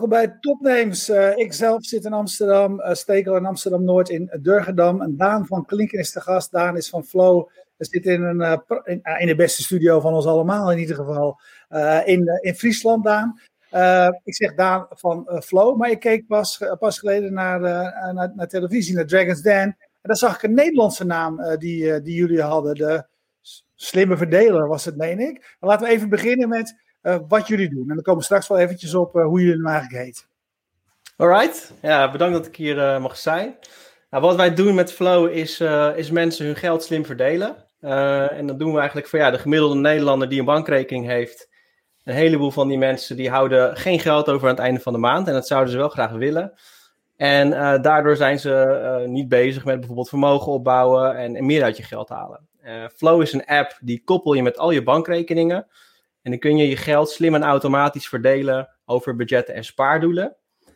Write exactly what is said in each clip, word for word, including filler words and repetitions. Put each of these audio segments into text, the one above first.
welkom bij Topnames. Uh, ik zelf zit in Amsterdam, uh, Stekel in Amsterdam-Noord in Durgedam. En Daan van Klinken is de gast. Daan is van Flow. We zitten in, een, uh, in, uh, in de beste studio van ons allemaal in ieder geval. Uh, in, uh, in Friesland, Daan. Uh, ik zeg Daan van uh, Flow, maar ik keek pas, uh, pas geleden naar, uh, naar, naar televisie, naar Dragon's Den. En daar zag ik een Nederlandse naam uh, die, uh, die jullie hadden. De slimme verdeler was het, meen ik. Maar laten we even beginnen met uh, wat jullie doen. En dan komen we straks wel eventjes op uh, hoe jullie nou eigenlijk heet. Alright, ja, bedankt dat ik hier uh, mag zijn. Nou, wat wij doen met Flow is, uh, is mensen hun geld slim verdelen. Uh, en dat doen we eigenlijk voor ja, de gemiddelde Nederlander die een bankrekening heeft. Een heleboel van die mensen die houden geen geld over aan het einde van de maand. En dat zouden ze wel graag willen. En uh, daardoor zijn ze uh, niet bezig met bijvoorbeeld vermogen opbouwen en, en meer uit je geld halen. Uh, Flow is een app die koppel je met al je bankrekeningen. En dan kun je je geld slim en automatisch verdelen over budgetten en spaardoelen.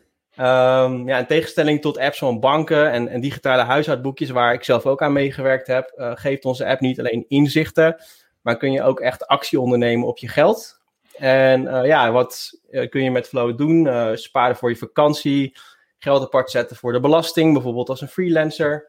Um, ja, in tegenstelling tot apps van banken en, en digitale huishoudboekjes, waar ik zelf ook aan meegewerkt heb, uh, geeft onze app niet alleen inzichten, maar kun je ook echt actie ondernemen op je geld. En uh, ja, wat uh, kun je met Flow doen? Uh, sparen voor je vakantie, geld apart zetten voor de belasting, bijvoorbeeld als een freelancer.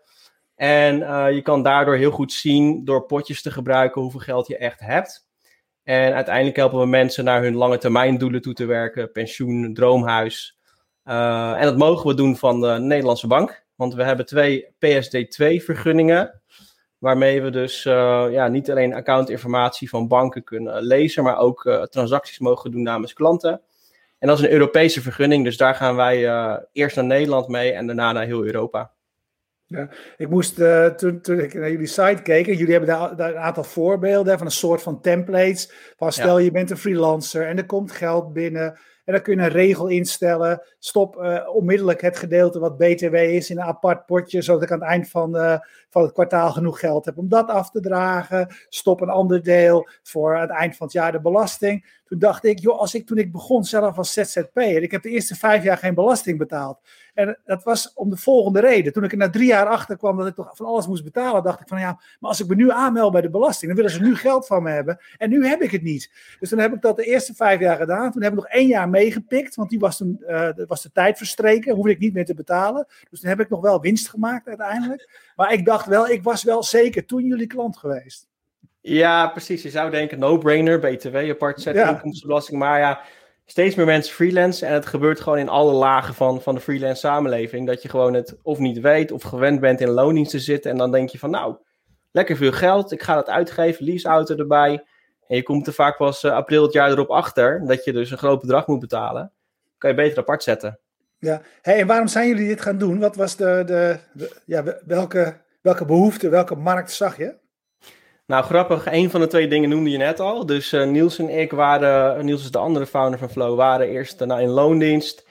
En uh, je kan daardoor heel goed zien, door potjes te gebruiken, hoeveel geld je echt hebt. En uiteindelijk helpen we mensen naar hun lange termijn doelen toe te werken, pensioen, droomhuis. Uh, en dat mogen we doen van de Nederlandse Bank, want we hebben twee P S D twee vergunningen, waarmee we dus uh, ja, niet alleen accountinformatie van banken kunnen lezen, maar ook uh, transacties mogen doen namens klanten. En dat is een Europese vergunning, dus daar gaan wij uh, eerst naar Nederland mee en daarna naar heel Europa. Ja, ik moest, uh, toen, toen ik naar jullie site keek, jullie hebben daar, daar een aantal voorbeelden van een soort van templates, van stel ja. je bent een freelancer en er komt geld binnen. En dan kun je een regel instellen. Stop uh, onmiddellijk het gedeelte wat B T W is in een apart potje, zodat ik aan het eind van, uh, van het kwartaal genoeg geld heb om dat af te dragen. Stop een ander deel voor aan het eind van het jaar de belasting. Toen dacht ik, joh, als ik toen ik begon zelf als Z Z P'er, ik heb de eerste vijf jaar geen belasting betaald. En dat was om de volgende reden. Toen ik er na drie jaar achter kwam dat ik toch van alles moest betalen, dacht ik van ja, maar als ik me nu aanmeld bij de belasting, dan willen ze nu geld van me hebben. En nu heb ik het niet. Dus toen heb ik dat de eerste vijf jaar gedaan. Toen heb ik nog één jaar meegepikt, want die was, toen, uh, was de tijd verstreken. Hoefde ik niet meer te betalen. Dus toen heb ik nog wel winst gemaakt uiteindelijk. Maar ik dacht wel, ik was wel zeker toen jullie klant geweest. Ja, precies. Je zou denken, no-brainer, B T W, apart zetten, ja. Inkomstenbelasting. Maar ja, steeds meer mensen freelance en het gebeurt gewoon in alle lagen van, van de freelance samenleving. Dat je gewoon het of niet weet of gewend bent in loondienst te zitten. En dan denk je van, nou, lekker veel geld. Ik ga dat uitgeven, leaseauto erbij. En je komt er vaak pas uh, april het jaar erop achter dat je dus een groot bedrag moet betalen. Kan je beter apart zetten. Ja, hey, en waarom zijn jullie dit gaan doen? Wat was de, de, de ja, welke, welke behoefte, welke markt zag je? Nou, grappig. Een van de twee dingen noemde je net al. Dus uh, Niels en ik waren, Niels is de andere founder van Flow, waren eerst uh, in loondienst.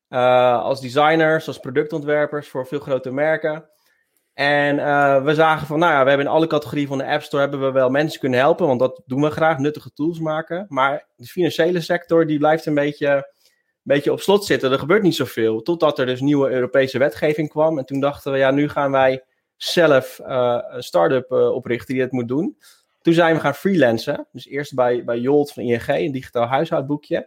Uh, als designers, als productontwerpers voor veel grote merken. En uh, we zagen van, nou ja, we hebben in alle categorieën van de App Store hebben we wel mensen kunnen helpen. Want dat doen we graag, nuttige tools maken. Maar de financiële sector, die blijft een beetje, een beetje op slot zitten. Er gebeurt niet zoveel. Totdat er dus nieuwe Europese wetgeving kwam. En toen dachten we, ja, nu gaan wij zelf uh, een start-up uh, oprichten die het moet doen. Toen zijn we gaan freelancen. Dus eerst bij, bij Jolt van I N G, een digitaal huishoudboekje.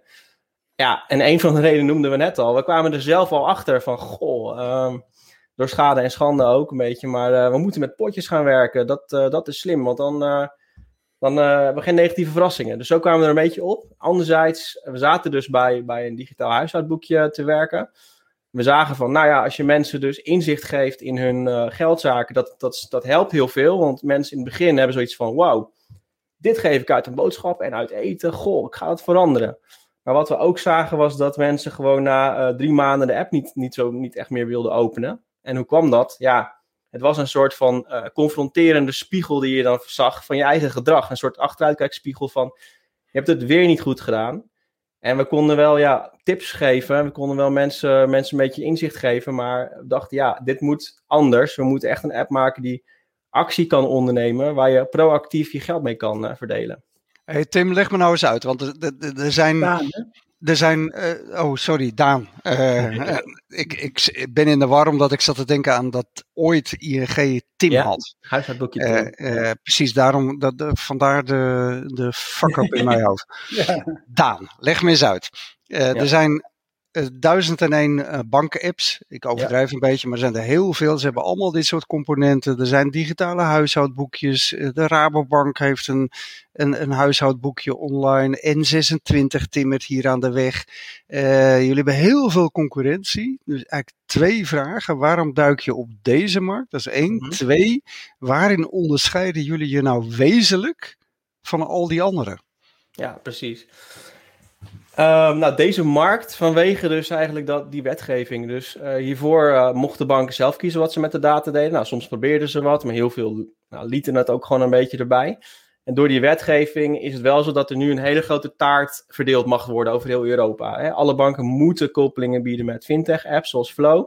Ja, en een van de redenen noemden we net al. We kwamen er zelf al achter van, goh, um, door schade en schande ook een beetje. Maar uh, we moeten met potjes gaan werken. Dat, uh, dat is slim, want dan, uh, dan uh, hebben we geen negatieve verrassingen. Dus zo kwamen we er een beetje op. Anderzijds, we zaten dus bij, bij een digitaal huishoudboekje te werken. We zagen van, nou ja, als je mensen dus inzicht geeft in hun uh, geldzaken, dat, dat, dat helpt heel veel. Want mensen in het begin hebben zoiets van, wauw, dit geef ik uit een boodschap en uit eten. Goh, ik ga het veranderen. Maar wat we ook zagen was dat mensen gewoon na uh, drie maanden de app niet, niet, zo, niet echt meer wilden openen. En hoe kwam dat? Ja, het was een soort van uh, confronterende spiegel die je dan zag van je eigen gedrag. Een soort achteruitkijkspiegel van, je hebt het weer niet goed gedaan. En we konden wel ja, tips geven, we konden wel mensen, mensen een beetje inzicht geven, maar we dachten ja, dit moet anders. We moeten echt een app maken die actie kan ondernemen, waar je proactief je geld mee kan uh, verdelen. Hey Tim, leg me nou eens uit, want er, er, er zijn... Daan, er zijn uh, oh, sorry, Daan. Uh, uh, ik, ik ben in de war omdat ik zat te denken aan dat ooit I N G Tim ja, had. Huishoudboekje Tim. Uh, uh, precies, daarom, dat, de, vandaar de, de fuck-up in mijn hoofd. Ja. Daan, leg me eens uit. Uh, ja. Er zijn uh, duizend en één uh, banken-apps. Ik overdrijf ja. een beetje, maar er zijn er heel veel. Ze hebben allemaal dit soort componenten. Er zijn digitale huishoudboekjes. Uh, de Rabobank heeft een, een, een huishoudboekje online. N zesentwintig timmert hier aan de weg. Uh, jullie hebben heel veel concurrentie. Dus eigenlijk twee vragen. Waarom duik je op deze markt? Dat is één. Mm-hmm. Twee, waarin onderscheiden jullie je nou wezenlijk van al die anderen? Ja, precies. Um, nou, deze markt vanwege dus eigenlijk dat, die wetgeving. Dus uh, hiervoor uh, mochten banken zelf kiezen wat ze met de data deden. Nou, soms probeerden ze wat, maar heel veel nou, lieten het ook gewoon een beetje erbij. En door die wetgeving is het wel zo dat er nu een hele grote taart verdeeld mag worden over heel Europa. Hè. Alle banken moeten koppelingen bieden met fintech-apps zoals Flow.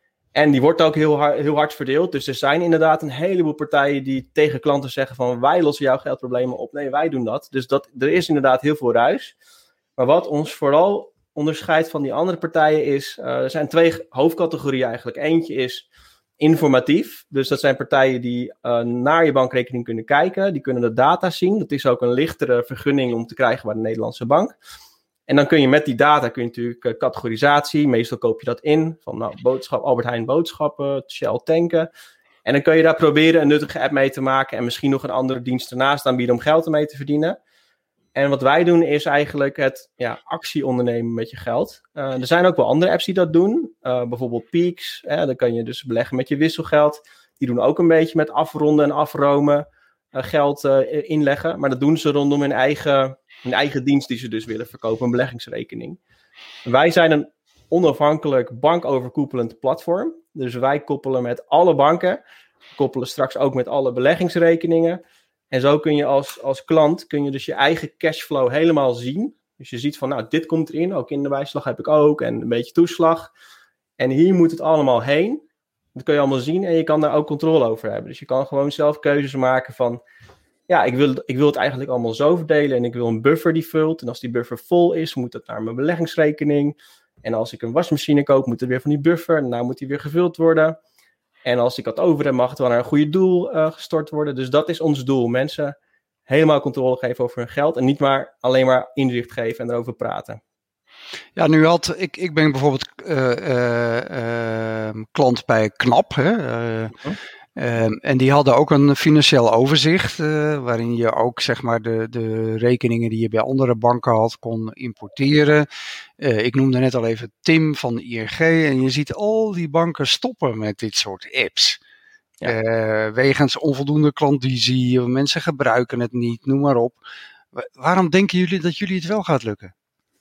En die wordt ook heel hard, heel hard verdeeld. Dus er zijn inderdaad een heleboel partijen die tegen klanten zeggen van wij lossen jouw geldproblemen op. Nee, wij doen dat. Dus dat, er is inderdaad heel veel ruis. Maar wat ons vooral onderscheidt van die andere partijen is, uh, er zijn twee hoofdcategorieën eigenlijk. Eentje is informatief. Dus dat zijn partijen die uh, naar je bankrekening kunnen kijken. Die kunnen de data zien. Dat is ook een lichtere vergunning om te krijgen bij de Nederlandse bank. En dan kun je met die data kun je natuurlijk uh, categorisatie. Meestal koop je dat in. Van nou, boodschap, Albert Heijn boodschappen, Shell tanken. En dan kun je daar proberen een nuttige app mee te maken. En misschien nog een andere dienst ernaast aanbieden om geld ermee te verdienen. En wat wij doen is eigenlijk het ja, actie ondernemen met je geld. Uh, er zijn ook wel andere apps die dat doen. Uh, bijvoorbeeld Peaks. Hè, dan kan je dus beleggen met je wisselgeld. Die doen ook een beetje met afronden en afromen. Uh, geld uh, inleggen. Maar dat doen ze rondom hun eigen, hun eigen dienst die ze dus willen verkopen. Een beleggingsrekening. Wij zijn een onafhankelijk bankoverkoepelend platform. Dus wij koppelen met alle banken. We koppelen straks ook met alle beleggingsrekeningen. En zo kun je als, als klant, kun je dus je eigen cashflow helemaal zien. Dus je ziet van, nou, dit komt erin, ook in de bijslag heb ik ook, en een beetje toeslag. En hier moet het allemaal heen. Dat kun je allemaal zien en je kan daar ook controle over hebben. Dus je kan gewoon zelf keuzes maken van, ja, ik wil, ik wil het eigenlijk allemaal zo verdelen en ik wil een buffer die vult. En als die buffer vol is, moet het naar mijn beleggingsrekening. En als ik een wasmachine koop, moet het weer van die buffer. En daarna moet die weer gevuld worden. En als ik dat over heb, mag het wel naar een goede doel uh, gestort worden. Dus dat is ons doel. Mensen helemaal controle geven over hun geld. En niet maar alleen maar inzicht geven en erover praten. Ja, nu had ik, ik ben bijvoorbeeld uh, uh, uh, klant bij Knap. Hè, uh, hm. Um, en die hadden ook een financieel overzicht, uh, waarin je ook zeg maar de, de rekeningen die je bij andere banken had kon importeren. Uh, ik noemde net al even Tim van I N G en je ziet al die banken stoppen met dit soort apps. Ja. Uh, wegens onvoldoende klantvisie, mensen gebruiken het niet, noem maar op. Waarom denken jullie dat jullie het wel gaat lukken?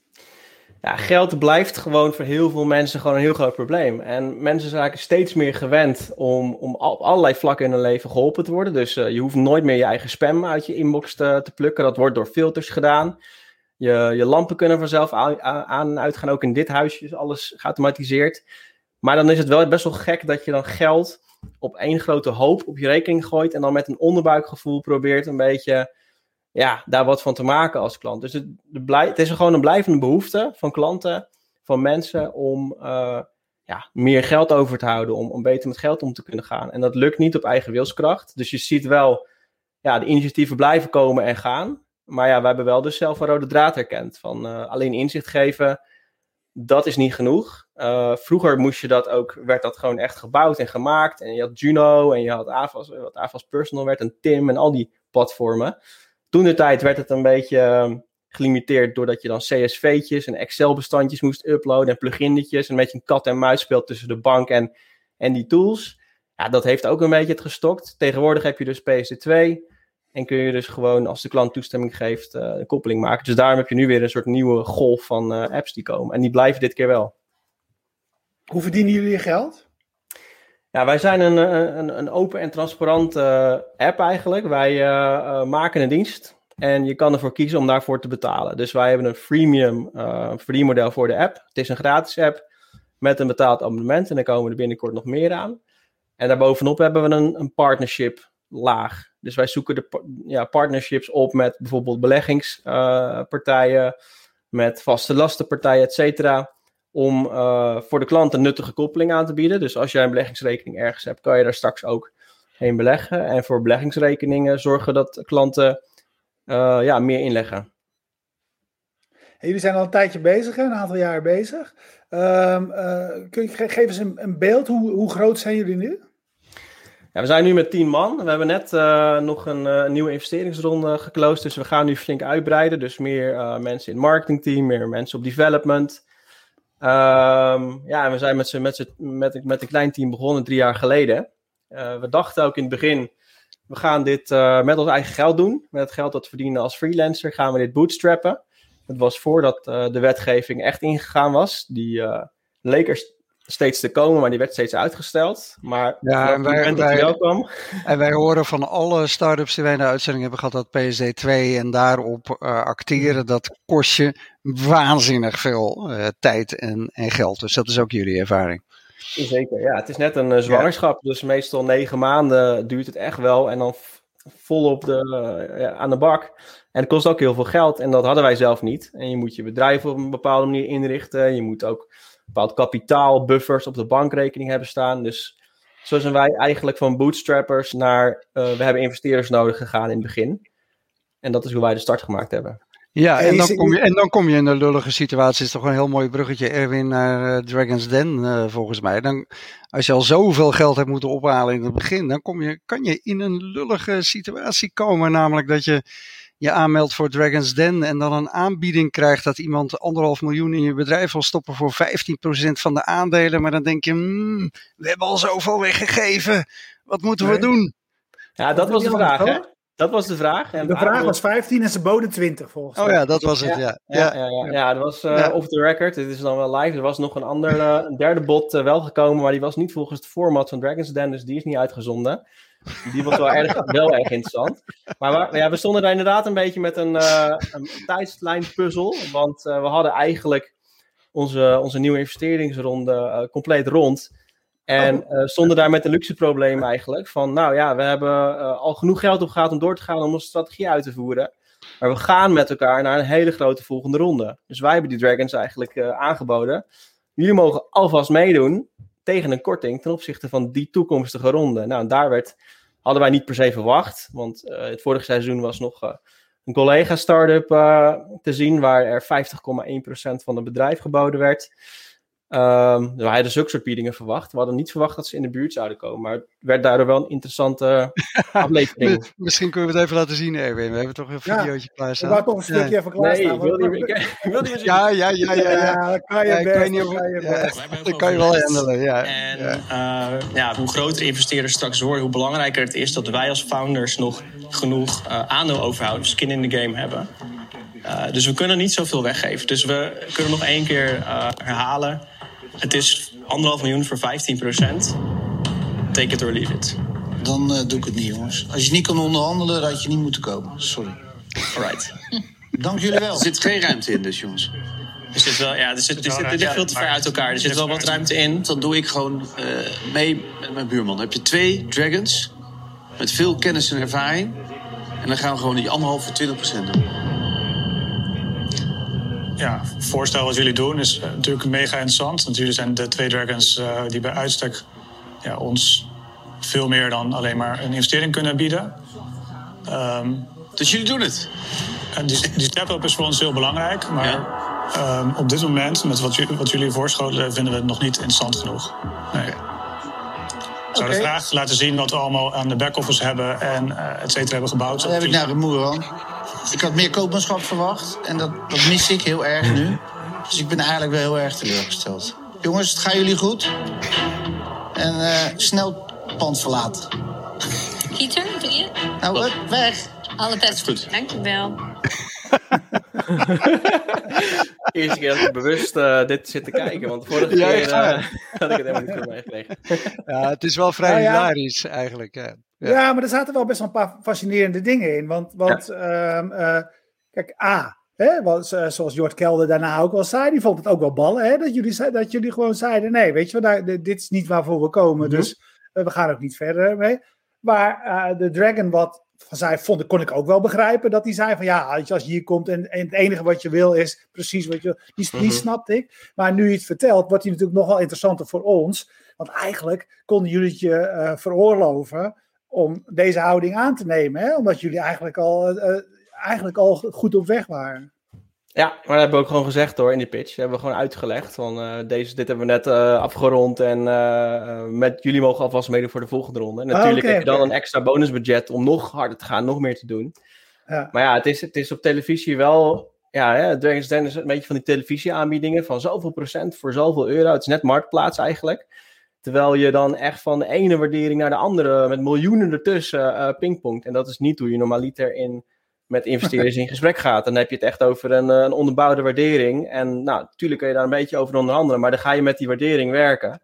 Ja, geld blijft gewoon voor heel veel mensen gewoon een heel groot probleem. En mensen zijn eigenlijk steeds meer gewend om, om op allerlei vlakken in hun leven geholpen te worden. Dus uh, je hoeft nooit meer je eigen spam uit je inbox te, te plukken. Dat wordt door filters gedaan. Je, je lampen kunnen vanzelf aan, aan en uitgaan. Ook in dit huisje is alles geautomatiseerd. Maar dan is het wel best wel gek dat je dan geld op één grote hoop op je rekening gooit. En dan met een onderbuikgevoel probeert een beetje... ja, daar wat van te maken als klant. Dus het, de blij, het is gewoon een blijvende behoefte van klanten, van mensen, om uh, ja, meer geld over te houden, om, om beter met geld om te kunnen gaan. En dat lukt niet op eigen wilskracht. Dus je ziet wel, ja, de initiatieven blijven komen en gaan. Maar ja, we hebben wel dus zelf een rode draad herkend. Van uh, alleen inzicht geven, dat is niet genoeg. Uh, vroeger moest je dat ook, werd dat gewoon echt gebouwd en gemaakt. En je had Juno en je had Avas, wat Avas Personal werd, en Tim en al die platformen. Toen de tijd werd het een beetje uh, gelimiteerd doordat je dan C S V'tjes en Excel-bestandjes moest uploaden en pluginnetjes. En een beetje een kat en muis speelt tussen de bank en, en die tools. Ja, dat heeft ook een beetje het gestokt. Tegenwoordig heb je dus P S D twee en kun je dus gewoon als de klant toestemming geeft uh, een koppeling maken. Dus daarom heb je nu weer een soort nieuwe golf van uh, apps die komen. En die blijven dit keer wel. Hoe verdienen jullie je geld? Ja, wij zijn een, een, een open en transparante uh, app eigenlijk. Wij uh, uh, maken een dienst en je kan ervoor kiezen om daarvoor te betalen. Dus wij hebben een freemium uh, verdienmodel voor de app. Het is een gratis app met een betaald abonnement en daar komen we er binnenkort nog meer aan. En daarbovenop hebben we een, een partnership laag. Dus wij zoeken de ja, partnerships op met bijvoorbeeld beleggingspartijen, uh, met vaste lastenpartijen, et cetera. Om uh, voor de klant een nuttige koppeling aan te bieden. Dus als jij een beleggingsrekening ergens hebt, kan je daar straks ook heen beleggen. En voor beleggingsrekeningen zorgen dat klanten uh, ja, meer inleggen. En jullie zijn al een tijdje bezig, hè? Een aantal jaar bezig. Um, uh, kun je ge- geef eens een, een beeld, hoe, hoe groot zijn jullie nu? Ja, we zijn nu met tien man. We hebben net uh, nog een uh, nieuwe investeringsronde geclosed. Dus we gaan nu flink uitbreiden. Dus meer uh, mensen in het marketingteam, meer mensen op development. Um, ja, en we zijn met, z'n, met, z'n, met, met een klein team begonnen drie jaar geleden. Uh, we dachten ook in het begin, we gaan dit uh, met ons eigen geld doen. Met het geld dat we verdienen als freelancer gaan we dit bootstrappen. Dat was voordat uh, de wetgeving echt ingegaan was. Die uh, leek er steeds te komen, maar die werd steeds uitgesteld. Maar ja, en wij, dat wij, wel kwam. En wij horen van alle start-ups die wij in de uitzending hebben gehad, dat P S D twee en daarop uh, acteren, dat kost je waanzinnig veel uh, tijd en, en geld. Dus dat is ook jullie ervaring. Zeker, ja. Het is net een uh, zwangerschap, ja. Dus meestal negen maanden duurt het echt wel en dan f- volop de, uh, ja, aan de bak. En het kost ook heel veel geld en dat hadden wij zelf niet. En je moet je bedrijf op een bepaalde manier inrichten. Je moet ook bepaald kapitaal, buffers op de bankrekening hebben staan. Dus zo zijn wij eigenlijk van bootstrappers naar, uh, we hebben investeerders nodig gegaan in het begin. En dat is hoe wij de start gemaakt hebben. Ja, en dan, kom je, en dan kom je in een lullige situatie. Het is toch een heel mooi bruggetje, Erwin, naar uh, Dragon's Den, uh, volgens mij. Dan, als je al zoveel geld hebt moeten ophalen in het begin, dan kom je, kan je in een lullige situatie komen. Namelijk dat je je aanmeldt voor Dragon's Den en dan een aanbieding krijgt dat iemand anderhalf miljoen in je bedrijf wil stoppen voor vijftien procent van de aandelen. Maar dan denk je, mm, we hebben al zoveel weggegeven. Wat moeten nee. we doen? Ja, dat was de vraag, hè? Dat was de vraag. En de vraag was vijftien en ze boden twintig volgens mij. Oh ja, dat was het, ja. Ja, ja, ja, ja, ja dat was uh, ja. off the record. Dit is dan wel live. Er was nog een ander, uh, een derde bot uh, wel gekomen, maar die was niet volgens het format van Dragon's Den, dus die is niet uitgezonden. Die was wel erg, wel erg interessant. Maar we, ja, we stonden daar inderdaad een beetje met een, uh, een tijdslijnpuzzel, want uh, we hadden eigenlijk onze, onze nieuwe investeringsronde uh, compleet rond. En uh, stonden daar met een luxe probleem eigenlijk. Van nou ja, we hebben uh, al genoeg geld opgehaald om door te gaan om onze strategie uit te voeren. Maar we gaan met elkaar naar een hele grote volgende ronde. Dus wij hebben die Dragons eigenlijk uh, aangeboden. Jullie mogen alvast meedoen tegen een korting ten opzichte van die toekomstige ronde. Nou, en daar werd, hadden wij niet per se verwacht. Want uh, het vorige seizoen was nog uh, een collega start-up uh, te zien waar er vijftig komma één procent van het bedrijf geboden werd. Um, we hadden zulke soort biedingen verwacht. We hadden niet verwacht dat ze in de buurt zouden komen. Maar het werd daardoor wel een interessante aflevering. Misschien kunnen we het even laten zien, Erwin. We hebben toch een videootje ja, klaarstaan. We waren toch een stukje ja. even klaarstaan. Nee, ik wil niet meer, ik wil niet meer zien. Ja, ja, ja, ja. ja. Dat kan je ja, best. Kan je dat kan je, ja, best. Dat kan je wel handelen, ja. En ja. Uh, ja, hoe groter investeerders straks worden, hoe belangrijker het is dat wij als founders nog genoeg uh, aandeel overhouden, skin in the game hebben. Uh, dus we kunnen niet zoveel weggeven. Dus we kunnen nog één keer uh, herhalen. Het is anderhalf miljoen voor vijftien procent. Take it or leave it. Dan uh, doe ik het niet, jongens. Als je niet kan onderhandelen, dan had je niet moeten komen. Sorry. Alright. Dank jullie wel. Er zit geen ruimte in dus, jongens. Er zit wel, ja, er zit, er zit, er ligt veel te ver uit elkaar. Er zit wel wat ruimte in. Dan doe ik gewoon uh, mee met mijn buurman. Dan heb je twee Dragons met veel kennis en ervaring. En dan gaan we gewoon die anderhalf voor twintig procent doen. Ja, het voorstel wat jullie doen is uh, natuurlijk mega interessant. Want jullie zijn de twee Dragons uh, die bij uitstek ja, ons veel meer dan alleen maar een investering kunnen bieden. Um, dus jullie doen het? En die, die step-up is voor ons heel belangrijk. Maar ja. um, op dit moment, met wat, jullie, wat jullie voorschotelen, vinden we het nog niet interessant genoeg. Nee. Okay. We zouden okay. graag laten zien wat we allemaal aan de back-office hebben en uh, et cetera hebben gebouwd. Dat heb ik naar de moer aan. Ik had meer koopmanschap verwacht en dat, dat mis ik heel erg nu. Dus ik ben eigenlijk wel heel erg teleurgesteld. Jongens, het gaat jullie goed. En uh, snel het pand verlaten. Pieter, doe je? Nou, uh, weg. Alle best goed. Dankjewel. Eerste keer dat ik bewust uh, dit zit te kijken, want de vorige ja, keer uh, had ik het helemaal niet goed meegekregen. Ja, het is wel vrij nou, ja. hilarisch eigenlijk. Ja. Ja. ja, maar er zaten wel best wel een paar fascinerende dingen in. Want, want ja. uh, uh, kijk, A, hè, wat, uh, zoals Jort Kelder daarna ook wel zei, die vond het ook wel ballen, hè, dat, jullie, dat jullie gewoon zeiden, nee, weet je wel, daar, dit is niet waarvoor we komen, mm-hmm. dus uh, we gaan ook niet verder mee. Maar uh, de Dragon wat van zei, vond, kon ik ook wel begrijpen, dat hij zei van ja, als je hier komt en, en het enige wat je wil is precies wat je wil, die, die mm-hmm. snapte ik. Maar nu je het vertelt, wordt hij natuurlijk nog wel interessanter voor ons, want eigenlijk konden jullie het je uh, veroorloven om deze houding aan te nemen, hè? Omdat jullie eigenlijk al, uh, eigenlijk al goed op weg waren. Ja, maar dat hebben we ook gewoon gezegd hoor in die pitch. Dat hebben we gewoon uitgelegd. Van, uh, deze, dit hebben we net uh, afgerond en uh, met jullie mogen alvast meedoen voor de volgende ronde. En natuurlijk oh, okay, heb je dan okay. een extra bonusbudget om nog harder te gaan, nog meer te doen. Ja. Maar ja, het is, het is op televisie wel... Ja, hè, Dragon's Den is een beetje van die televisieaanbiedingen van zoveel procent voor zoveel euro. Het is net marktplaats eigenlijk. Terwijl je dan echt van de ene waardering naar de andere met miljoenen ertussen uh, pingpongt. En dat is niet hoe je normaliter in... met investeerders in gesprek gaat. Dan heb je het echt over een, een onderbouwde waardering. En nou, natuurlijk kun je daar een beetje over onderhandelen, maar dan ga je met die waardering werken.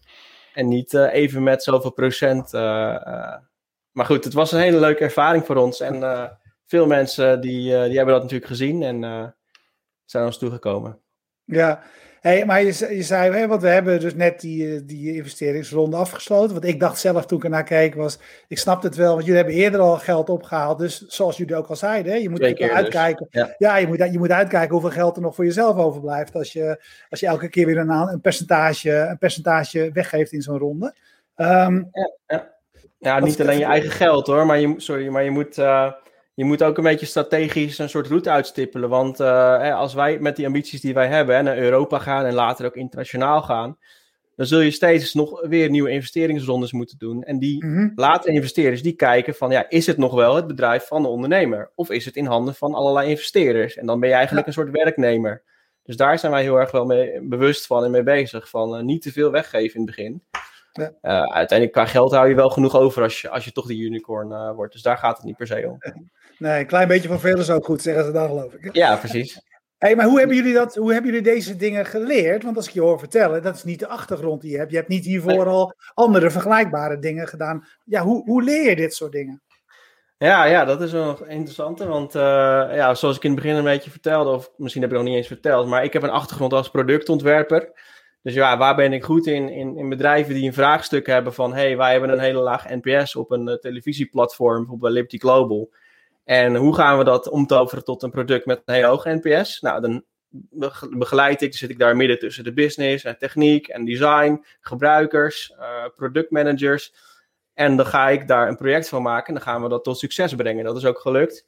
En niet uh, even met zoveel procent. Uh, uh. Maar goed, het was een hele leuke ervaring voor ons. En uh, veel mensen die, uh, die hebben dat natuurlijk gezien en uh, zijn ons toegekomen. Ja, hey, maar je, je zei, hè, want we hebben dus net die, die investeringsronde afgesloten. Wat ik dacht zelf toen ik ernaar keek was, ik snap het wel, want jullie hebben eerder al geld opgehaald. Dus zoals jullie ook al zeiden, hè, je moet uitkijken. Dus. Ja, ja je, moet, je moet uitkijken hoeveel geld er nog voor jezelf overblijft. Als je, als je elke keer weer een, een, percentage, een percentage weggeeft in zo'n ronde. Um, ja, ja. ja niet alleen je eigen geld hoor, maar je, sorry, maar je moet... Uh, Je moet ook een beetje strategisch een soort route uitstippelen. Want uh, als wij met die ambities die wij hebben hè, naar Europa gaan en later ook internationaal gaan, dan zul je steeds nog weer nieuwe investeringsrondes moeten doen. En die mm-hmm. latere investeerders die kijken van, ja, is het nog wel het bedrijf van de ondernemer? Of is het in handen van allerlei investeerders? En dan ben je eigenlijk ja. een soort werknemer. Dus daar zijn wij heel erg wel mee bewust van en mee bezig. Van uh, niet te veel weggeven in het begin. Ja. Uh, uiteindelijk qua geld hou je wel genoeg over als je, als je toch die unicorn uh, wordt. Dus daar gaat het niet per se om. Nee, een klein beetje van veel is ook goed, zeggen ze dan, geloof ik. Ja, precies. Hey, maar hoe hebben jullie dat? Hoe hebben jullie deze dingen geleerd? Want als ik je hoor vertellen, dat is niet de achtergrond die je hebt. Je hebt niet hiervoor nee. al andere vergelijkbare dingen gedaan. Ja, hoe, hoe leer je dit soort dingen? Ja, ja, dat is wel interessant. Want uh, ja, zoals ik in het begin een beetje vertelde, of misschien heb ik nog niet eens verteld, maar ik heb een achtergrond als productontwerper. Dus ja, waar ben ik goed in? In, in bedrijven die een vraagstuk hebben van, hey, wij hebben een hele laag N P S op een uh, televisieplatform, bijvoorbeeld bij Liberty Global. En hoe gaan we dat omtoveren tot een product met een heel hoog N P S? Nou, dan begeleid ik, dan zit ik daar midden tussen de business en techniek en design, gebruikers, uh, productmanagers. En dan ga ik daar een project van maken en dan gaan we dat tot succes brengen. Dat is ook gelukt.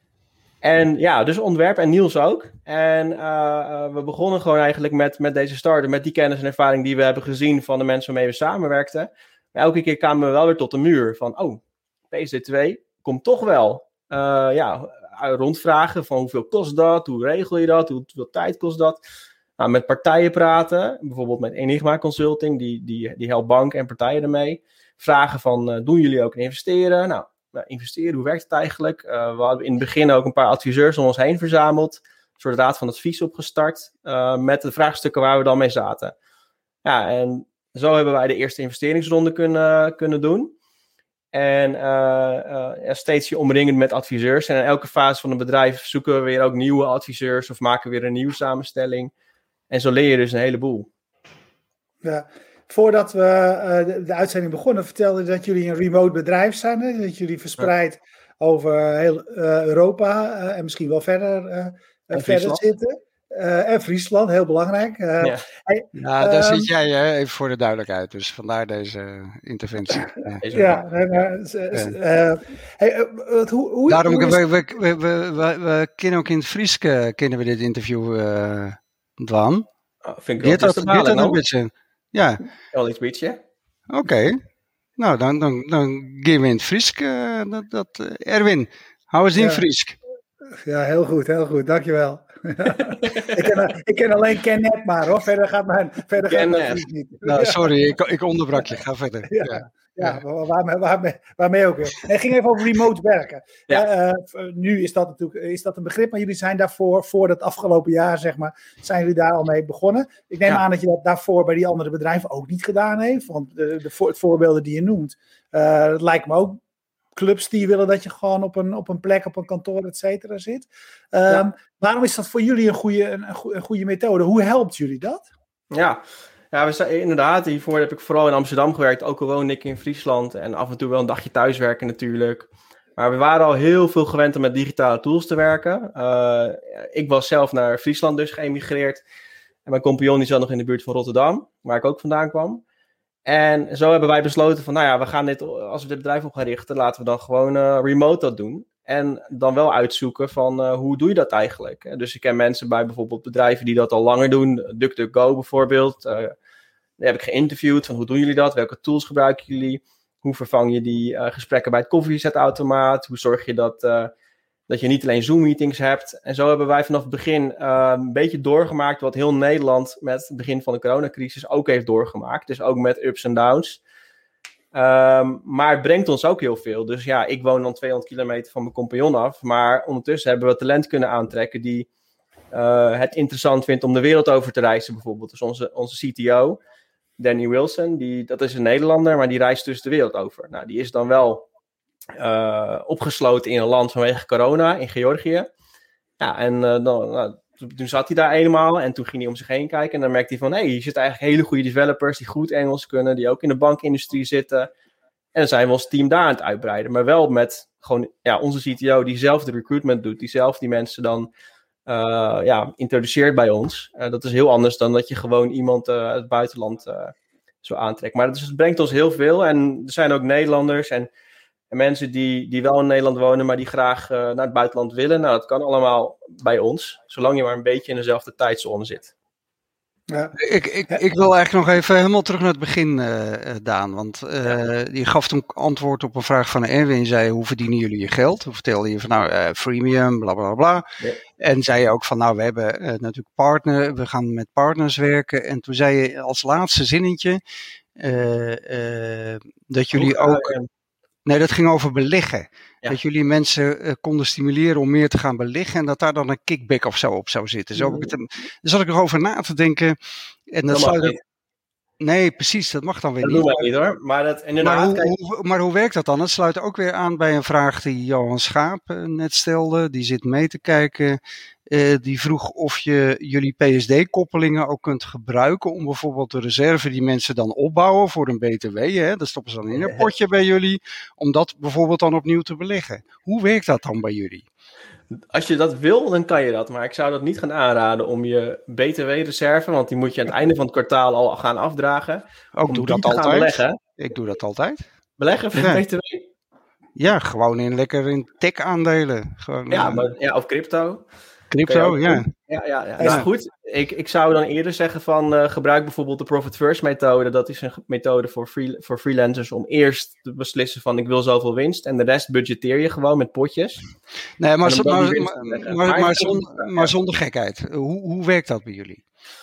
En ja, dus ontwerp en Niels ook. En uh, uh, we begonnen gewoon eigenlijk met, met deze start-up, met die kennis en ervaring die we hebben gezien van de mensen waarmee we samenwerkten. Maar elke keer kwamen we wel weer tot de muur van, oh, P S D twee komt toch wel. Uh, ja, rondvragen van hoeveel kost dat, hoe regel je dat, hoeveel tijd kost dat. Nou, met partijen praten, bijvoorbeeld met Enigma Consulting, die, die, die helpt banken en partijen ermee. Vragen van, uh, doen jullie ook investeren? Nou, nou, investeren, hoe werkt het eigenlijk? Uh, we hadden in het begin ook een paar adviseurs om ons heen verzameld. Een soort raad van advies opgestart, uh, met de vraagstukken waar we dan mee zaten. Ja, en zo hebben wij de eerste investeringsronde kunnen, kunnen doen. En uh, uh, ja, steeds je omringend met adviseurs. En in elke fase van een bedrijf zoeken we weer ook nieuwe adviseurs of maken we weer een nieuwe samenstelling. En zo leer je dus een heleboel. Ja, voordat we uh, de, de uitzending begonnen, vertelde je dat jullie een remote bedrijf zijn. Hè? Dat jullie verspreid ja. over heel uh, Europa uh, en misschien wel verder, uh, uh, verder zitten. Uh, en Friesland, heel belangrijk. Uh, ja, hey, ja daar um, zit jij hè, even voor de duidelijkheid. Dus vandaar deze interventie. Ja, ja, uh, uh, hey, uh, hoe, hoe, Daarom, hoe is... we, we, we, we, we, we kennen ook in het Fries kennen we dit interview uh, dwan. Oh, vind ik wel dit dat een beetje. Ja. Wel iets beetje. Oké. Okay. Nou, dan, dan, dan gaan we in het Fries. Uh, dat, dat, uh, Erwin, hou eens in ja. Fries. Ja, heel goed, heel goed. Dankjewel. ik, ken, ik ken alleen Kennet maar hoor, verder gaat mijn, verder gaat mijn niet. Nou, sorry, ik, ik onderbrak je, ga verder. Ja, ja. ja, ja. Waarmee, waarmee, waarmee ook weer. Het ging even over remote werken. Ja. Uh, nu is dat natuurlijk is dat een begrip, maar jullie zijn daarvoor, voor dat afgelopen jaar zeg maar, zijn jullie daar al mee begonnen. Ik neem ja. aan dat je dat daarvoor bij die andere bedrijven ook niet gedaan heeft, want de, de, de voorbeelden die je noemt, uh, dat lijkt me ook clubs die willen dat je gewoon op een, op een plek, op een kantoor, et cetera zit. Um, ja. Waarom is dat voor jullie een goede, een, een goede methode? Hoe helpt jullie dat? Ja, ja we zijn, inderdaad. Hiervoor heb ik vooral in Amsterdam gewerkt. Ook al woon ik in Friesland. En af en toe wel een dagje thuiswerken natuurlijk. Maar we waren al heel veel gewend om met digitale tools te werken. Uh, ik was zelf naar Friesland dus geëmigreerd. En mijn compagnon die zat nog in de buurt van Rotterdam, waar ik ook vandaan kwam. En zo hebben wij besloten van, nou ja, we gaan dit, als we dit bedrijf op gaan richten, laten we dan gewoon uh, remote dat doen. En dan wel uitzoeken van uh, hoe doe je dat eigenlijk? Dus ik ken mensen bij bijvoorbeeld bedrijven die dat al langer doen. DuckDuckGo bijvoorbeeld. Uh, daar heb ik geïnterviewd van hoe doen jullie dat? Welke tools gebruiken jullie? Hoe vervang je die uh, gesprekken bij het koffiezetautomaat? Hoe zorg je dat, uh, dat je niet alleen Zoom-meetings hebt? En zo hebben wij vanaf het begin uh, een beetje doorgemaakt wat heel Nederland met het begin van de coronacrisis ook heeft doorgemaakt. Dus ook met ups en downs. Um, maar het brengt ons ook heel veel. Dus ja, ik woon dan tweehonderd kilometer van mijn compagnon af. Maar ondertussen hebben we talent kunnen aantrekken die uh, het interessant vindt om de wereld over te reizen bijvoorbeeld. Dus onze, onze C T O, Danny Wilson, die, dat is een Nederlander, maar die reist dus de wereld over. Nou, die is dan wel uh, opgesloten in een land vanwege corona, in Georgië. Ja, en uh, dan, nou, toen zat hij daar eenmaal en toen ging hij om zich heen kijken. En dan merkte hij van, hé, hey, hier zitten eigenlijk hele goede developers die goed Engels kunnen, die ook in de bankindustrie zitten. En dan zijn we ons team daar aan het uitbreiden. Maar wel met gewoon ja, onze C T O die zelf de recruitment doet, die zelf die mensen dan uh, ja, introduceert bij ons. Uh, dat is heel anders dan dat je gewoon iemand uh, uit het buitenland uh, zo aantrekt. Maar dus het brengt ons heel veel. En er zijn ook Nederlanders en En mensen die, die wel in Nederland wonen, maar die graag uh, naar het buitenland willen. Nou, dat kan allemaal bij ons. Zolang je maar een beetje in dezelfde tijdzone zit. Ja. Ik, ik, ik wil eigenlijk nog even helemaal terug naar het begin, uh, Daan. Want uh, ja. je gaf toen antwoord op een vraag van Erwin. Je zei, hoe verdienen jullie je geld? Toen vertelde je van, nou, uh, freemium, bla bla bla. Ja. En zei je ook van, nou, we hebben uh, natuurlijk partner. We gaan met partners werken. En toen zei je als laatste zinnetje uh, uh, dat jullie ook... ook Nee, dat ging over beleggen. Ja. Dat jullie mensen uh, konden stimuleren om meer te gaan beleggen. En dat daar dan een kickback of zo op zou zitten. Zo heb ik het, daar zat ik nog over na te denken. En dat, dat sluit ook... Nee, precies. Dat mag dan weer dat niet. Dat doen wij niet hoor. Maar, dat, inderdaad, maar, hoe, kijk... hoe, maar hoe werkt dat dan? Het sluit ook weer aan bij een vraag die Johan Schaap uh, net stelde. Die zit mee te kijken. Uh, die vroeg of je jullie P S D-koppelingen ook kunt gebruiken om bijvoorbeeld de reserve die mensen dan opbouwen voor een B T W, hè, dat stoppen ze dan in een potje bij jullie, om dat bijvoorbeeld dan opnieuw te beleggen. Hoe werkt dat dan bij jullie? Als je dat wil, dan kan je dat, maar ik zou dat niet gaan aanraden om je B T W-reserve, want die moet je aan het einde van het kwartaal al gaan afdragen. Ook doe dat altijd. Beleggen. Ik doe dat altijd. Beleggen voor ja. B T W? Ja, gewoon in lekker in tech-aandelen. Gewoon, ja, maar, ja, of crypto. Crypto, ja. Ja, ja, ja. Nou goed, ik, ik zou dan eerder zeggen van uh, gebruik bijvoorbeeld de Profit First methode. Dat is een methode voor, free, voor freelancers om eerst te beslissen van ik wil zoveel winst. En de rest budgetteer je gewoon met potjes. Nee, maar, zo, maar, maar, maar, maar, zonder, maar zonder gekheid. Hoe, hoe werkt dat bij jullie?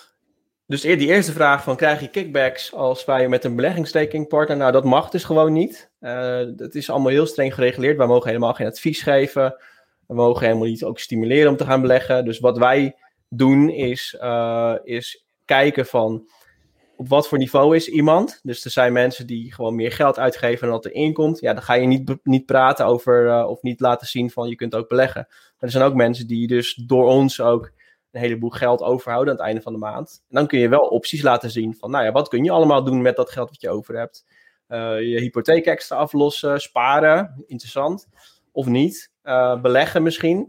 Dus die eerste vraag van krijg je kickbacks als wij met een beleggingstakingpartner? Nou, dat mag dus gewoon niet. Uh, dat is allemaal heel streng gereguleerd. Wij mogen helemaal geen advies geven. We mogen helemaal niet ook stimuleren om te gaan beleggen. Dus wat wij doen is, uh, is kijken van op wat voor niveau is iemand. Dus er zijn mensen die gewoon meer geld uitgeven dan dat er inkomt. Ja, dan ga je niet, niet praten over uh, of niet laten zien van je kunt ook beleggen. Maar er zijn ook mensen die dus door ons ook een heleboel geld overhouden aan het einde van de maand. En dan kun je wel opties laten zien van nou ja, wat kun je allemaal doen met dat geld wat je over hebt. Uh, je hypotheek extra aflossen, sparen, interessant. Of niet. Uh, beleggen misschien.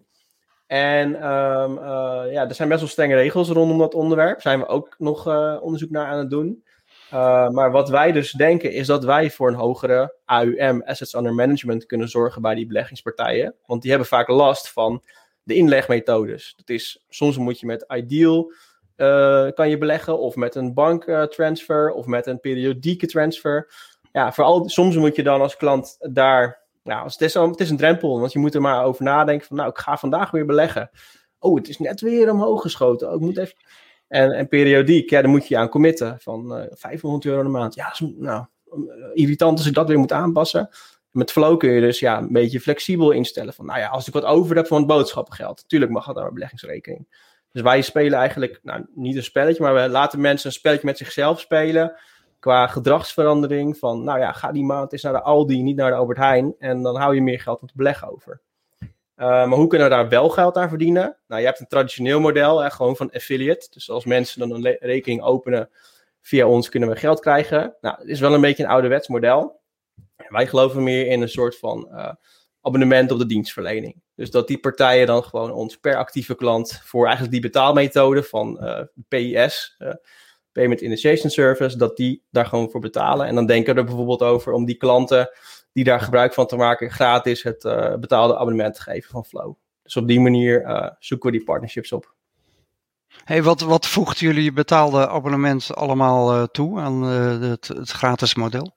En um, uh, ja, er zijn best wel strenge regels rondom dat onderwerp. Daar zijn we ook nog uh, onderzoek naar aan het doen. Uh, maar wat wij dus denken is dat wij voor een hogere A U M, Assets Under Management, kunnen zorgen bij die beleggingspartijen. Want die hebben vaak last van de inlegmethodes. Dat is, soms moet je met Ideal uh, kan je beleggen, of met een banktransfer, uh, of met een periodieke transfer. Ja, vooral soms moet je dan als klant daar... Ja, het is, het is een drempel, want je moet er maar over nadenken van, nou, ik ga vandaag weer beleggen. Oh, het is net weer omhoog geschoten. Oh, ik moet even... en, en periodiek, ja, daar moet je je aan committen van uh, vijfhonderd euro in de maand. Ja, is, nou, irritant als ik dat weer moet aanpassen. Met Flow kun je dus ja, een beetje flexibel instellen van, nou ja, als ik wat over heb van het boodschappengeld, natuurlijk mag dat naar een beleggingsrekening. Dus wij spelen eigenlijk, nou, niet een spelletje, maar we laten mensen een spelletje met zichzelf spelen. Qua gedragsverandering van, nou ja, ga die maand eens naar de Aldi, niet naar de Albert Heijn. En dan hou je meer geld om te beleggen over. Uh, maar hoe kunnen we daar wel geld aan verdienen? Nou, je hebt een traditioneel model, hè, gewoon van affiliate. Dus als mensen dan een le- rekening openen, via ons kunnen we geld krijgen. Nou, het is wel een beetje een ouderwets model. Wij geloven meer in een soort van uh, abonnement op de dienstverlening. Dus dat die partijen dan gewoon ons per actieve klant voor eigenlijk die betaalmethode van uh, P I S... Uh, Payment Initiation Service, dat die daar gewoon voor betalen. En dan denken we er bijvoorbeeld over om die klanten die daar gebruik van te maken, gratis het uh, betaalde abonnement te geven van Flow. Dus op die manier uh, zoeken we die partnerships op. Hey, wat, wat voegt jullie betaalde abonnement allemaal uh, toe aan uh, het, het gratis model?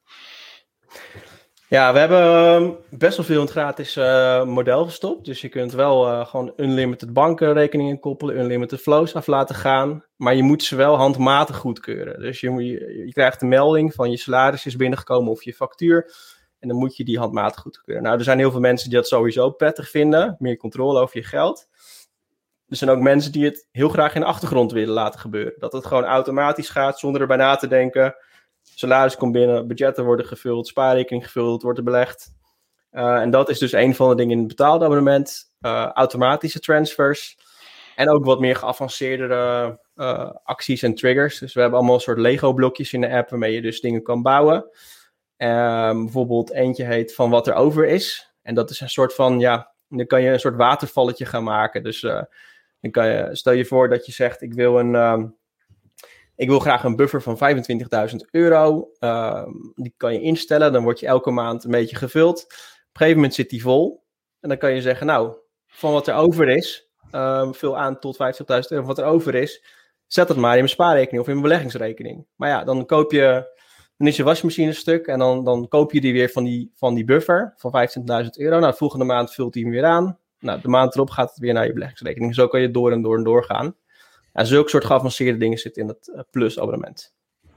Ja, we hebben best wel veel in het gratis uh, model gestopt. Dus je kunt wel uh, gewoon unlimited bankenrekeningen koppelen, unlimited flows af laten gaan. Maar je moet ze wel handmatig goedkeuren. Dus je, je, je krijgt een melding van je salaris is binnengekomen of je factuur. En dan moet je die handmatig goedkeuren. Nou, er zijn heel veel mensen die dat sowieso prettig vinden. Meer controle over je geld. Er zijn ook mensen die het heel graag in de achtergrond willen laten gebeuren. Dat het gewoon automatisch gaat zonder erbij na te denken. Salaris komt binnen, budgetten worden gevuld, spaarrekening gevuld, wordt er belegd. Uh, en dat is dus een van de dingen in het betaalde abonnement. Uh, automatische transfers. En ook wat meer geavanceerdere uh, acties en triggers. Dus we hebben allemaal een soort Lego-blokjes in de app waarmee je dus dingen kan bouwen. Uh, bijvoorbeeld eentje heet van wat er over is. En dat is een soort van, ja, dan kan je een soort watervalletje gaan maken. Dus uh, dan kan je, stel je voor dat je zegt, ik wil een... Um, Ik wil graag een buffer van vijfentwintigduizend euro. Uh, die kan je instellen. Dan wordt je elke maand een beetje gevuld. Op een gegeven moment zit die vol. En dan kan je zeggen, nou, van wat er over is, uh, vul aan tot vijftigduizend euro. Wat er over is, zet dat maar in mijn spaarrekening of in mijn beleggingsrekening. Maar ja, dan koop je, dan is je wasmachine stuk. En dan, dan koop je die weer van die, van die buffer van vijfentwintigduizend euro. Nou, de volgende maand vult hij hem weer aan. Nou, de maand erop gaat het weer naar je beleggingsrekening. Zo kan je door en door en door gaan. Ja, zulke soort geavanceerde dingen zitten in het uh, Plus abonnement.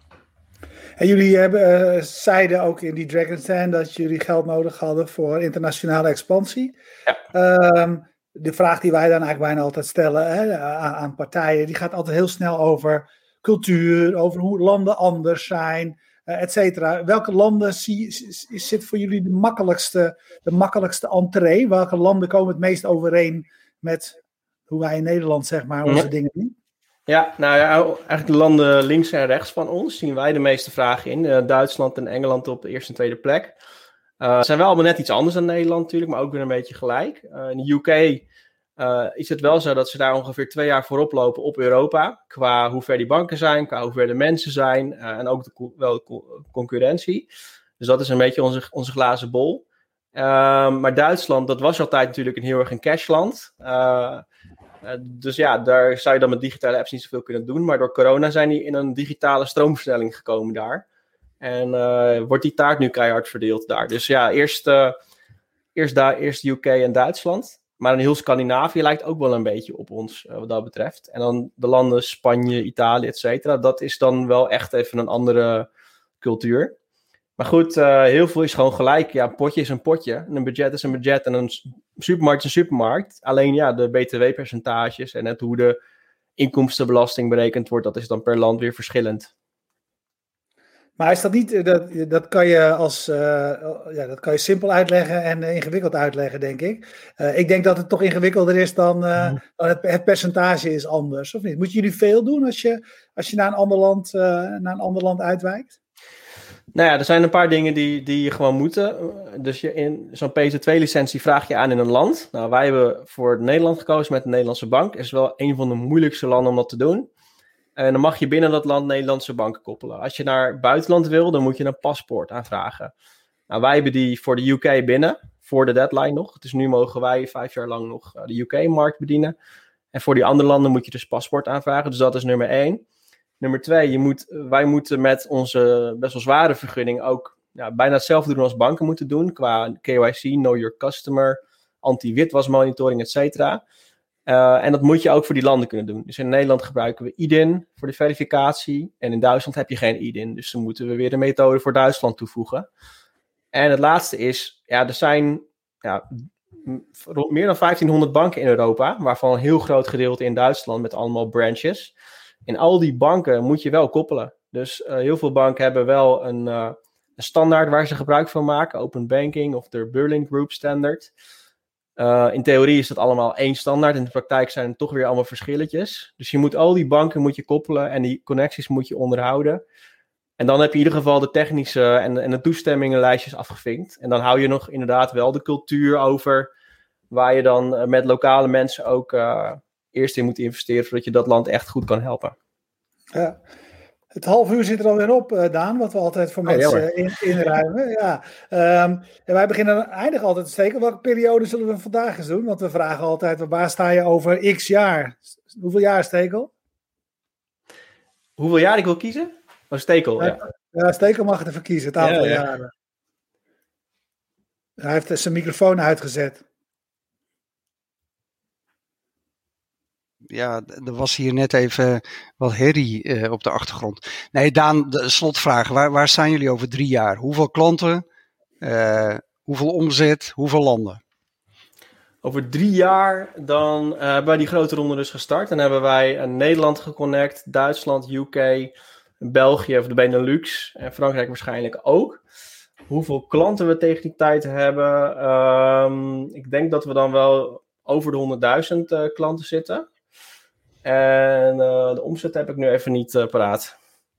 En jullie hebben, uh, zeiden ook in die Dragon's Den dat jullie geld nodig hadden voor internationale expansie. Ja. Um, de vraag die wij dan eigenlijk bijna altijd stellen hè, aan, aan partijen, die gaat altijd heel snel over cultuur, over hoe landen anders zijn, uh, et cetera. Welke landen zie, zit voor jullie de makkelijkste, de makkelijkste entree? Welke landen komen het meest overeen met hoe wij in Nederland zeg maar onze ja. dingen doen? Ja, nou ja, eigenlijk de landen links en rechts van ons zien wij de meeste vragen in. Uh, Duitsland en Engeland op de eerste en tweede plek. Uh, zijn wel allemaal net iets anders dan Nederland natuurlijk, maar ook weer een beetje gelijk. Uh, in de U K uh, is het wel zo dat ze daar ongeveer twee jaar voorop lopen op Europa. Qua hoe ver die banken zijn, qua hoe ver de mensen zijn uh, en ook de co- wel de co- concurrentie. Dus dat is een beetje onze, onze glazen bol. Uh, maar Duitsland, dat was altijd natuurlijk een heel erg een cashland. Uh, Uh, dus ja, daar zou je dan met digitale apps niet zoveel kunnen doen. Maar door corona zijn die in een digitale stroomversnelling gekomen daar. En uh, wordt die taart nu keihard verdeeld daar. Dus ja, eerst, uh, eerst, daar, eerst U K en Duitsland. Maar in heel Scandinavië lijkt ook wel een beetje op ons uh, wat dat betreft. En dan de landen Spanje, Italië, et cetera. Dat is dan wel echt even een andere cultuur. Maar goed, uh, heel veel is gewoon gelijk. Ja, een potje is een potje. En een budget is een budget. En een supermarkt is een supermarkt. Alleen ja, de B T W-percentages en het hoe de inkomstenbelasting berekend wordt, dat is dan per land weer verschillend. Maar is dat niet, dat, dat kan je als, uh, ja, dat kan je simpel uitleggen en uh, ingewikkeld uitleggen, denk ik. Uh, ik denk dat het toch ingewikkelder is dan, uh, mm. dan het, het percentage is anders, of niet? Moeten jullie veel doen als je, als je naar een ander land, uh, naar een ander land uitwijkt? Nou ja, er zijn een paar dingen die, die je gewoon moeten. Dus je in zo'n P Z twee licentie vraag je aan in een land. Nou, wij hebben voor Nederland gekozen met de Nederlandse bank. Het is wel een van de moeilijkste landen om dat te doen. En dan mag je binnen dat land Nederlandse banken koppelen. Als je naar het buitenland wil, dan moet je een paspoort aanvragen. Nou, wij hebben die voor de U K binnen, voor de deadline nog. Dus nu mogen wij vijf jaar lang nog de U K-markt bedienen. En voor die andere landen moet je dus paspoort aanvragen. Dus dat is nummer één. Nummer twee, je moet, wij moeten met onze best wel zware vergunning ook ja, bijna hetzelfde doen als banken moeten doen. Qua K Y C, Know Your Customer, anti-witwasmonitoring, et cetera. Uh, en dat moet je ook voor die landen kunnen doen. Dus in Nederland gebruiken we I D I N voor de verificatie. En in Duitsland heb je geen I D I N. Dus dan moeten we weer de methode voor Duitsland toevoegen. En het laatste is, ja, er zijn ja, meer dan vijftienhonderd banken in Europa, waarvan een heel groot gedeelte in Duitsland met allemaal branches. In al die banken moet je wel koppelen. Dus uh, heel veel banken hebben wel een, uh, een standaard waar ze gebruik van maken. Open Banking of de Berlin Group Standard. Uh, in theorie is dat allemaal één standaard. In de praktijk zijn het toch weer allemaal verschilletjes. Dus je moet al die banken moet je koppelen en die connecties moet je onderhouden. En dan heb je in ieder geval de technische en, en de toestemmingenlijstjes afgevinkt. En dan hou je nog inderdaad wel de cultuur over waar je dan uh, met lokale mensen ook uh, eerst in moet investeren, zodat je dat land echt goed kan helpen. Ja. Het half uur zit er alweer op, uh, Daan, wat we altijd voor oh, mensen in, inruimen. Ja. Um, en wij beginnen eindigen altijd te steken. Welke periode zullen we vandaag eens doen? Want we vragen altijd, waar sta je over x jaar? Hoeveel jaar, Stekel? Hoeveel jaar ik wil kiezen? Oh, Stekel, ja. Ja, Stekel mag het even kiezen, het aantal ja, ja. jaren. Hij heeft zijn microfoon uitgezet. Ja, er was hier net even wat herrie uh, op de achtergrond. Nee, Daan, de slotvraag. Waar, waar staan jullie over drie jaar? Hoeveel klanten? Uh, hoeveel omzet? Hoeveel landen? Over drie jaar dan uh, hebben wij die grote ronde dus gestart. En hebben wij uh, Nederland geconnect, Duitsland, U K, België of de Benelux en Frankrijk waarschijnlijk ook. Hoeveel klanten we tegen die tijd hebben? Um, ik denk dat we dan wel over de honderdduizend uh, klanten zitten. En uh, de omzet heb ik nu even niet uh, paraat.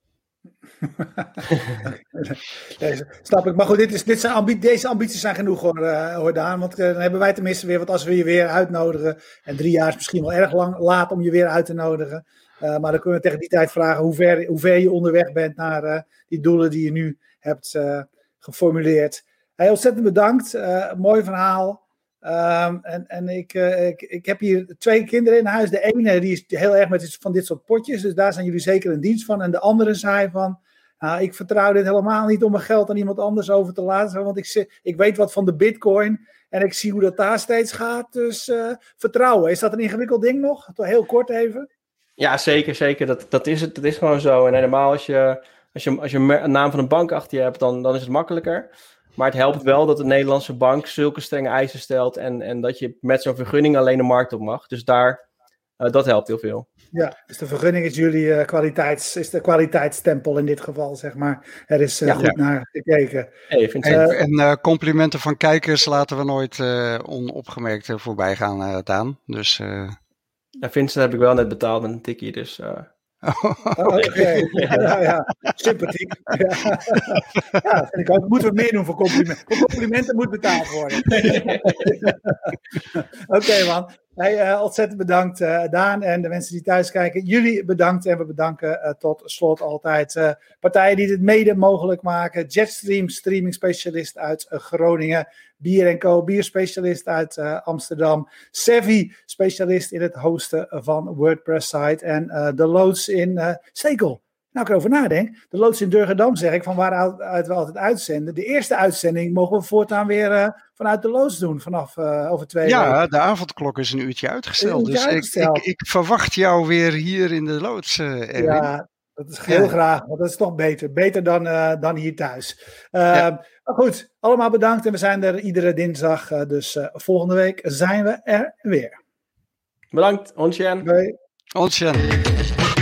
Deze, snap ik. Maar goed, dit is, dit zijn ambi- deze ambities zijn genoeg hoor, uh, hoor Daan. Want uh, dan hebben wij tenminste weer, want als we je weer uitnodigen. En drie jaar is misschien wel erg lang laat om je weer uit te nodigen. Uh, maar dan kunnen we tegen die tijd vragen hoe ver, hoe ver je onderweg bent naar uh, die doelen die je nu hebt uh, geformuleerd. Hey, ontzettend bedankt. Uh, mooi verhaal. Um, en en ik, uh, ik, ik heb hier twee kinderen in huis. De ene die is heel erg met van dit soort potjes. Dus daar zijn jullie zeker een dienst van. En de andere zei van... Nou, ik vertrouw dit helemaal niet om mijn geld aan iemand anders over te laten. Want ik, ik weet wat van de bitcoin. En ik zie hoe dat daar steeds gaat. Dus uh, vertrouwen. Is dat een ingewikkeld ding nog? Heel kort even. Ja, zeker. zeker. Dat, dat, is het, dat is gewoon zo. En helemaal als je, als je, als je een naam van een bank achter je hebt, dan, dan is het makkelijker. Maar het helpt wel dat de Nederlandse bank zulke strenge eisen stelt. En, en dat je met zo'n vergunning alleen de markt op mag. Dus daar, uh, dat helpt heel veel. Ja, dus de vergunning is jullie uh, kwaliteits, is de kwaliteitsstempel in dit geval, zeg maar. Er is uh, ja, goed ja. naar gekeken. Hey, vind uh, en uh, complimenten van kijkers laten we nooit uh, onopgemerkt uh, voorbij gaan, uh, Daan. Dus, uh... ja, Vincent heb ik wel net betaald met een tikkie, dus... Uh... Oh, Oké, okay. ja, ja, sympathiek. Ja. ja, vind ik ook. Moeten we meer doen voor complimenten. Voor complimenten moet betaald worden. Oké, okay, man. Hey, uh, ontzettend bedankt, uh, Daan en de mensen die thuis kijken. Jullie bedankt en we bedanken uh, tot slot altijd uh, partijen die dit mede mogelijk maken. Jetstream, streaming specialist uit uh, Groningen. Bier en Co, bierspecialist uit uh, Amsterdam. Savvy, specialist in het hosten van WordPress site. En uh, de loods in uh, Stekel. Nou, ik erover nadenk. De loods in Durgedam, zeg ik, van waaruit we altijd uitzenden. De eerste uitzending mogen we voortaan weer uh, vanuit de loods doen. Vanaf uh, over twee Ja, weken. De avondklok is een uurtje uitgesteld. Een uurtje dus uitgesteld. Ik, ik, ik verwacht jou weer hier in de loods, uh, Erwin. Ja, dat is heel ja. graag. Want dat is toch beter. Beter dan, uh, dan hier thuis. Uh, ja. Maar goed, allemaal bedankt. En we zijn er iedere dinsdag. Uh, dus uh, volgende week zijn we er weer. Bedankt. Onsjen. Bye. Onsjen.